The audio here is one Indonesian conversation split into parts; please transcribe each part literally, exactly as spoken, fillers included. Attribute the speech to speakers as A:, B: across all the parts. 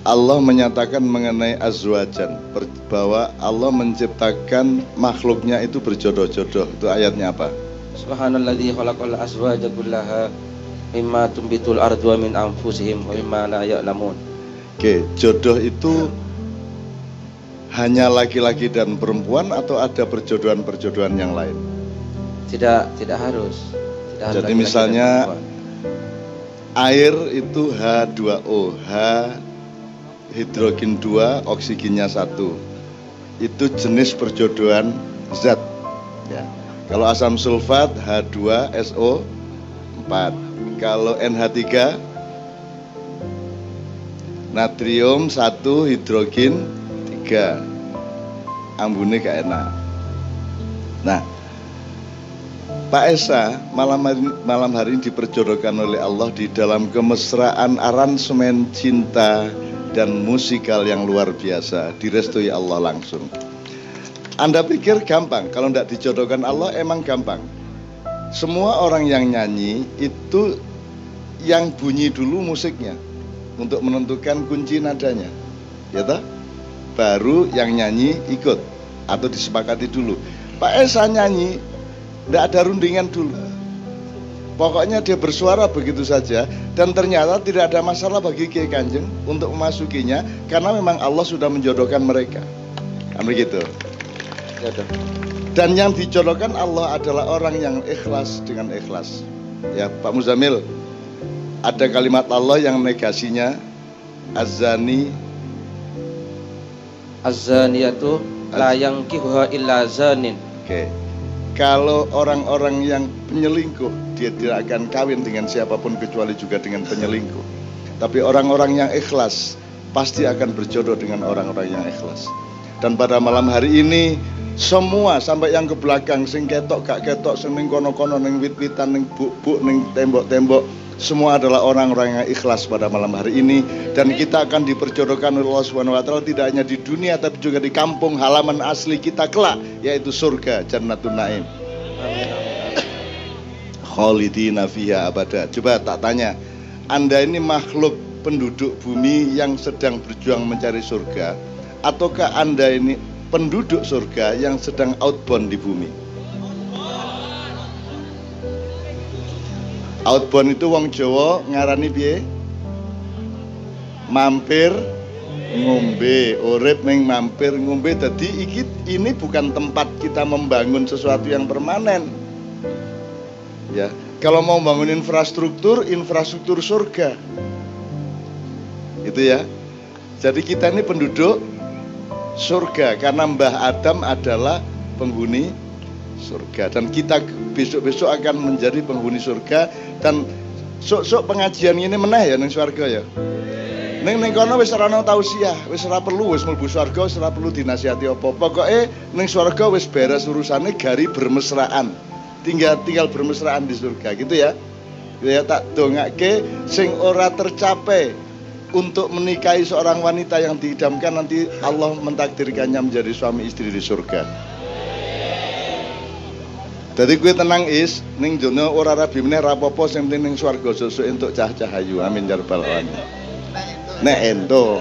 A: Allah menyatakan mengenai azwajan, bahwa Allah menciptakan makhluknya itu berjodoh-jodoh. Itu ayatnya apa?
B: Subhanalladzi khalaqal azwaja kullaha mimma tumbitul ardu wa min anfusihim wa mimma la ya'lamun.
A: Oke, jodoh itu hanya laki-laki dan perempuan atau ada perjodohan-perjodohan yang lain?
B: Tidak, tidak harus. Tidak harus.
A: Jadi misalnya air itu H dua O, H hidrogen dua, oksigennya satu. Itu jenis perjodohan zat. Ya. Kalau asam sulfat H dua S O empat. Kalau N H tiga natrium satu, hidrogen tiga. Ambune gak enak. Nah, Pak Esa malam hari, malam hari ini diperjodohkan oleh Allah di dalam kemesraan aransemen cinta dan musikal yang luar biasa, direstui Allah langsung. Anda pikir gampang? Kalau tidak dijodohkan Allah emang gampang. Semua orang yang nyanyi itu yang bunyi dulu musiknya untuk menentukan kunci nadanya, ya toh? Baru yang nyanyi ikut atau disepakati dulu. Pak Esa nyanyi tidak ada rundingan dulu. Pokoknya dia bersuara begitu saja, dan ternyata tidak ada masalah bagi Kiai Kanjeng untuk memasukinya karena memang Allah sudah menjodohkan mereka. Kan begitu. Dan yang dijodohkan Allah adalah orang yang ikhlas dengan ikhlas. Ya, Pak Muzamil, ada kalimat Allah yang negasinya az-zani
B: az-zaniyatu la yankihuha illa zanin.
A: Oke. Kalau orang-orang yang penyelingkuh, dia tidak akan kawin dengan siapapun kecuali juga dengan penyelingkuh. Tapi orang-orang yang ikhlas pasti akan berjodoh dengan orang-orang yang ikhlas. Dan pada malam hari ini semua sampai yang ke belakang, sing ketok gak ketok, sing ning kono-kono, ning wit-witan, ning buk-buk, ning tembok-tembok, semua adalah orang-orang yang ikhlas pada malam hari ini. Dan kita akan diperjodohkan oleh Allah Subhanahu wa taala tidak hanya di dunia tapi juga di kampung halaman asli kita kelak, yaitu surga Jannatun Naim. Khalidina fiha abada. Coba tak tanya, Anda ini makhluk penduduk bumi yang sedang berjuang mencari surga, ataukah Anda ini penduduk surga yang sedang outbound di bumi? Outbound itu wong Jawa ngarani piye? Mampir ngombe, urip ning mampir ngombe. Dadi iki ini bukan tempat kita membangun sesuatu yang permanen. Ya, kalau mau bangun infrastruktur, infrastruktur surga. Itu ya. Jadi kita ini penduduk surga karena Mbah Adam adalah penghuni surga, dan kita besok-besok akan menjadi penghuni surga. Dan sok-sok pengajian ini meneh ya ning swarga ya. Ning ning kono wis ora ana tausiah, wis ora perlu, wis mlebu swarga, wis ora perlu dinasihati apa. Pokoke ning swarga wis beres urusane, gari bermesraan. Tinggal tinggal bermesraan di surga gitu ya. Ya tak dongake sing ora tercapai untuk menikahi seorang wanita yang diidamkan, nanti Allah mentakdirkannya menjadi suami istri di surga. Jadi gue tenang is, ning donya ora rabi meneh ra apa-apa, sing penting ning swarga sesuk entuk cah-cahayu. Amin ya rabbal alamin. Nek ento.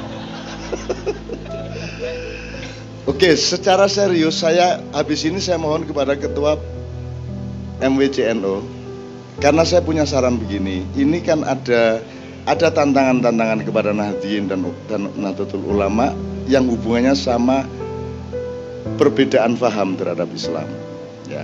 A: Oke, secara serius saya habis ini saya mohon kepada ketua M W C N O, karena saya punya saran begini. Ini kan ada ada tantangan-tantangan kepada Nahdliyin dan dan Nahdlatul Ulama yang hubungannya sama perbedaan faham terhadap Islam. Ya.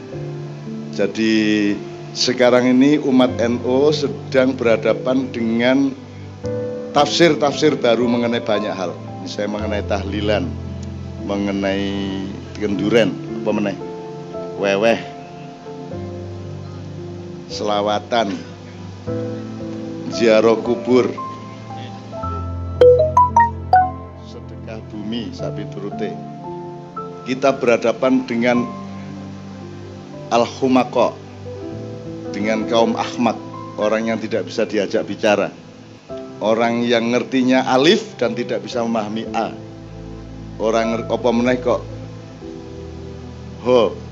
A: Jadi sekarang ini umat N U sedang berhadapan dengan tafsir-tafsir baru mengenai banyak hal. Misalnya mengenai tahlilan, mengenai kenduren, apa meneh, weweh, selawatan, ziarah kubur, sedekah bumi, sapi turute. Kita berhadapan dengan al-humaqa, dengan kaum ahmak, orang yang tidak bisa diajak bicara, orang yang ngertinya alif dan tidak bisa memahami a, orang apa meneh kok ho,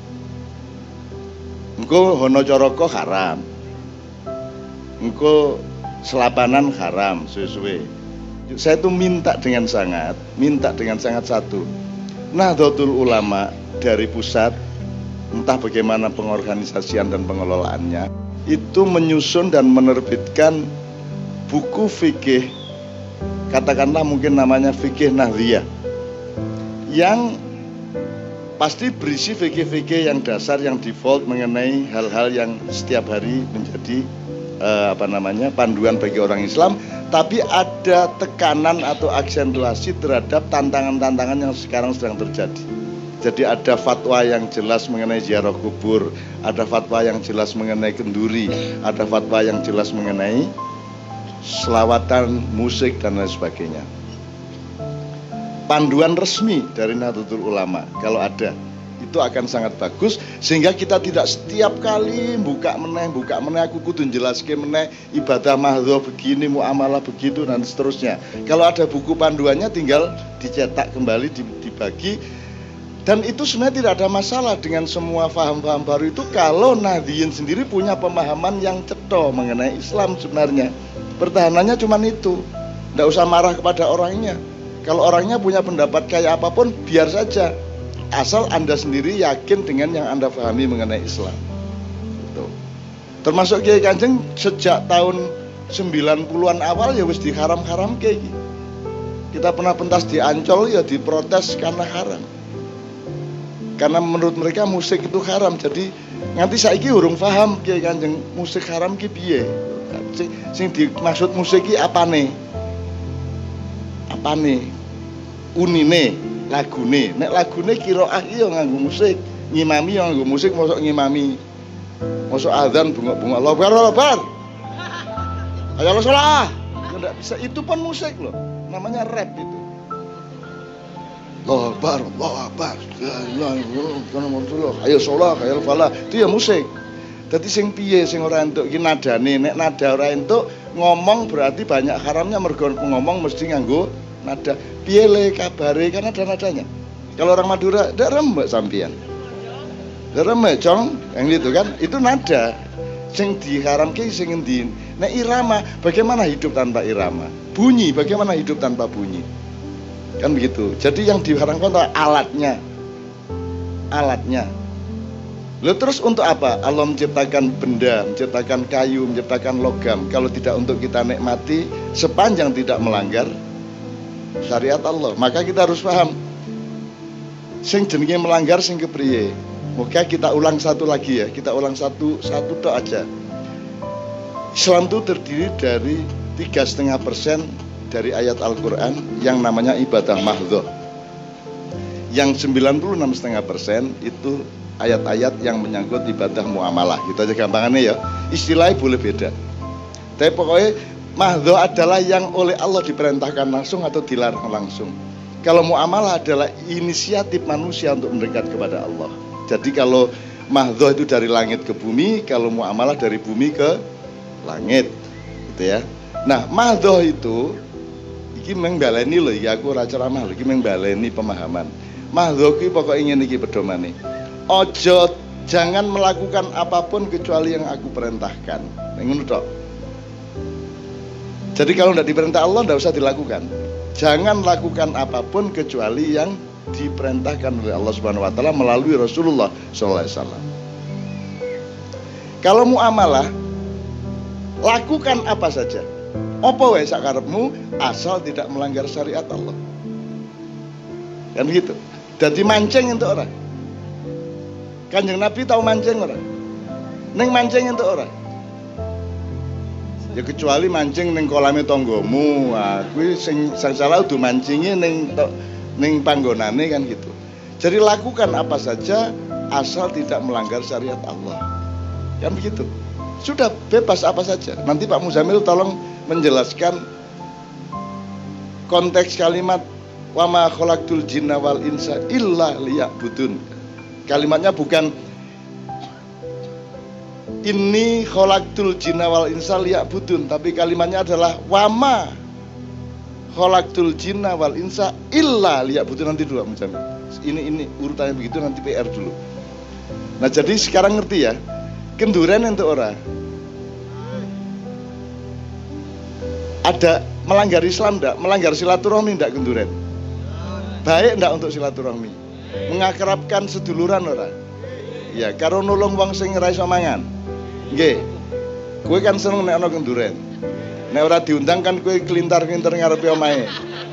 A: engko hono coroko haram, engko selapanan haram suwe-suwe, Saya tuh minta dengan sangat, minta dengan sangat satu. Nahdlatul Ulama dari pusat, entah bagaimana pengorganisasian dan pengelolaannya, itu menyusun dan menerbitkan buku fikih, katakanlah mungkin namanya fikih Nahdliyah, yang pasti berisi fikih-fikih yang dasar, yang default mengenai hal-hal yang setiap hari menjadi eh, apa namanya panduan bagi orang Islam, tapi ada tekanan atau aksentuasi terhadap tantangan-tantangan yang sekarang sedang terjadi. Jadi ada fatwa yang jelas mengenai ziarah kubur, ada fatwa yang jelas mengenai kenduri, ada fatwa yang jelas mengenai selawatan, musik dan lain sebagainya. Panduan resmi dari Nahdlatul Ulama kalau ada, itu akan sangat bagus, sehingga kita tidak setiap kali buka meneh buka meneh aku kudu njelaske meneh ibadah mahdhah begini, muamalah begitu dan seterusnya. Kalau ada buku panduannya tinggal dicetak kembali, dibagi, dan itu sebenarnya tidak ada masalah dengan semua paham-paham baru itu kalau Nahdliyin sendiri punya pemahaman yang cetha mengenai Islam. Sebenarnya pertahanannya cuma itu, tidak usah marah kepada orangnya. Kalau orangnya punya pendapat kayak apapun, biar saja, asal Anda sendiri yakin dengan yang Anda pahami mengenai Islam. Gitu. Termasuk Kiai Kanjeng sejak tahun sembilan puluhan awal ya wis diharam-haram kayak gitu. Kita pernah pentas di Ancol ya diprotes karena haram. Karena menurut mereka musik itu haram. Jadi nganti saiki urung paham Kiai Kanjeng musik haram ki piye. Sing, sing dimaksud musik ki apane? Apane? Unine, lagune. Nek lagune qiraah iki ya nganggo musik, ngimami ya nganggo musik, mosok ngimami. Mosok azan bengok-bengok Allahu Akbar, Allahu Akbar. Ayo salat. Enggak bisa, itu pun musik loh. Namanya rap itu. Allahu Akbar, Allahu Akbar. Ayo salat, ayo falah. Itu ya musik. Dadi sing piye sing ora entuk iki nadane, nek nada ora entuk ngomong berarti banyak haramnya, mergo ngomong mesti nganggo nada. Piye le kabare kan ada nadanya. Kalau orang Madura ndak remek sampean. Ndak remek cong, yang itu kan itu nada. Sing diharamke sing endi? Nek irama, bagaimana hidup tanpa irama? Bunyi, bagaimana hidup tanpa bunyi? Kan begitu. Jadi yang diharamkan adalah alatnya. Alatnya. Lalu terus untuk apa? Allah menciptakan benda, menciptakan kayu, menciptakan logam. Kalau tidak untuk kita nikmati, sepanjang tidak melanggar syariat Allah, maka kita harus paham. Sing jenenge melanggar sing kepriye. Moga kita ulang satu lagi ya, kita ulang satu satu tok aja. Islam itu terdiri dari tiga setengah persen dari ayat Al-Quran yang namanya ibadah mahdhah. Yang sembilan puluh enam setengah persen itu ayat-ayat yang menyangkut ibadah muamalah. Gitu aja gampangannya ya. Istilahnya boleh beda. Tapi pokoknya mahdhah adalah yang oleh Allah diperintahkan langsung atau dilarang langsung. Kalau muamalah adalah inisiatif manusia untuk mendekat kepada Allah. Jadi kalau mahdhah itu dari langit ke bumi, kalau muamalah dari bumi ke langit, gitu ya. Nah, mahdhah itu iki mengbaleni lho, ya aku ora ceramah lho, iki mengbaleni pemahaman. Mahdhah iki pokoke ngene iki pedomane. Ojo, jangan melakukan apapun kecuali yang aku perintahkan. Ngono tok. Jadi kalau tidak diperintah Allah tidak usah dilakukan. Jangan lakukan apapun kecuali yang diperintahkan oleh Allah Subhanahu Wa Taala melalui Rasulullah Sallallahu Alaihi Wasallam. Kalau muamalah, lakukan apa saja. Apa wae sakarepmu asal tidak melanggar syariat Allah. Kan gitu. Jadi mancing untuk orang. Kanjeng Nabi tahu mancing orang. Neng mancing untuk orang. Ya kecuali mancing ning kolame tanggamu, ah kuwi sing salah udah mancinge ning ning panggonane kan gitu. Jadi lakukan apa saja asal tidak melanggar syariat Allah. Kan begitu. Sudah bebas apa saja. Nanti Pak Muzamil tolong menjelaskan konteks kalimat wa ma khalaqtul jinna wal insa illa liya'budun. Kalimatnya bukan ini khalaqtul jinna wal insa liya'budun, tapi kalimatnya adalah wama khalaqtul jinna wal insa illa liya'budun. Nanti dulu Muzamil. Ini ini urutannya begitu, nanti P R dulu. Nah, jadi sekarang ngerti ya. Kenduren untuk orang. Ada melanggar Islam enggak? Melanggar silaturahmi enggak Genduren? Baik enggak untuk silaturahmi? Mengakrabkan seduluran ora? Ya, karo nulung wong sing ora iso mangan. Nggih. Kowe kan seneng nek ana Genduren. Nek ora diundang kan kowe kelintar-kelintar ngarepe omahe.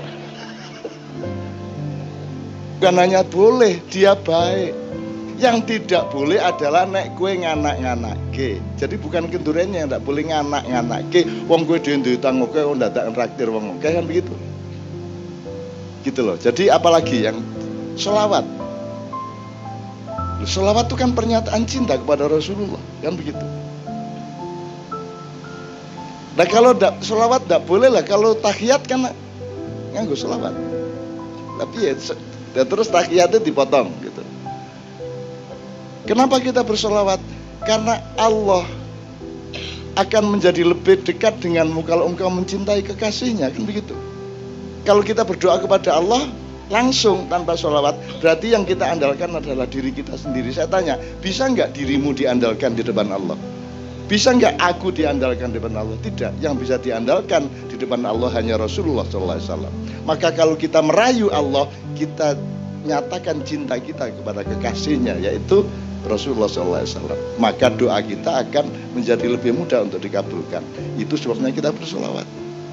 A: Bukan hanya boleh, dia baik. Yang tidak boleh adalah nek kue nganak-nganakke. Jadi bukan Gendurennya yang tidak boleh nganak-nganakke. Wong kue dhewe utang oke, wong dadak traktir wong oke, kan begitu. Gitu loh. Jadi apalagi yang sholawat. Sholawat itu kan pernyataan cinta kepada Rasulullah, kan begitu. Nah kalau da, sholawat tidak boleh lah. Kalau tahiyat kan nganggo sholawat. Tapi ya, ya terus tahiyatnya dipotong gitu. Kenapa kita bersolawat? Karena Allah akan menjadi lebih dekat denganmu kalau engkau mencintai kekasihnya, kan begitu. Kalau kita berdoa kepada Allah langsung tanpa solawat, berarti yang kita andalkan adalah diri kita sendiri. Saya tanya, bisa nggak dirimu diandalkan di depan Allah? Bisa nggak aku diandalkan di depan Allah? Tidak. Yang bisa diandalkan di depan Allah hanya Rasulullah shallallahu alaihi wasallam. Maka kalau kita merayu Allah, kita nyatakan cinta kita kepada kekasihnya, yaitu Rasulullah shallallahu alaihi wasallam. Maka doa kita akan menjadi lebih mudah untuk dikabulkan. Itu sebabnya kita bersolawat.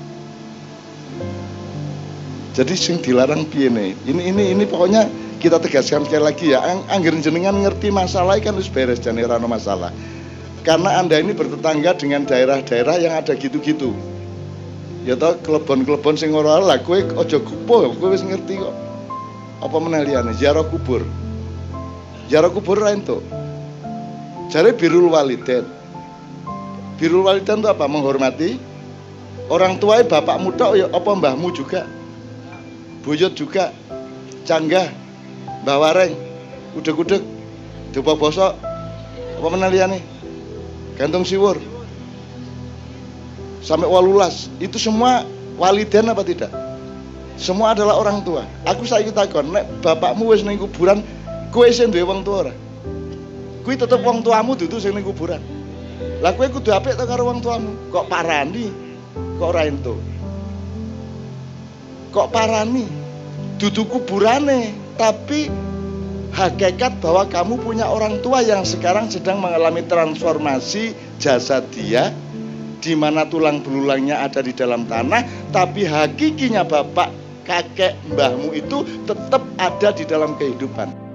A: Jadi sing dilarang piye nih? Ini ini ini pokoknya kita tegaskan sekali lagi ya. Angger jenengan ngerti masalah kan wis beres jane ora ono masalah. Karena Anda ini bertetangga dengan daerah-daerah yang ada gitu-gitu. Ya toh klebon-klebon sing ora lah kowe aja kupo, kowe wis ngerti kok. Apa meneh liyane ziarah kubur. Ziarah kubur ra entuk. Jare birrul walidain. Birrul walidain itu apa? Menghormati orang tua, bapakmu tok ya apa mbahmu juga. Buyut juga, canggah, mbah wareng, udeg-udeg, dupa bosok, apa meneh liyane? Gantung siwur. Sampai walulas, itu semua walidain apa tidak? Semua adalah orang tua. Aku saiki takon, nek bapakmu wis ning kuburan, kowe sing duwe wong tua ora? Kuwi tetep wong tuamu dudu sing ning kuburan. Lah kowe kudu apik to karo wong tuamu. Kok parani? Kok ora entuk? Kok parani? Dudu kuburane, tapi hakikat bahwa kamu punya orang tua yang sekarang sedang mengalami transformasi jasad dia, di mana tulang belulangnya ada di dalam tanah, tapi hakikinya bapak, kakek, mbahmu itu tetap ada di dalam kehidupan.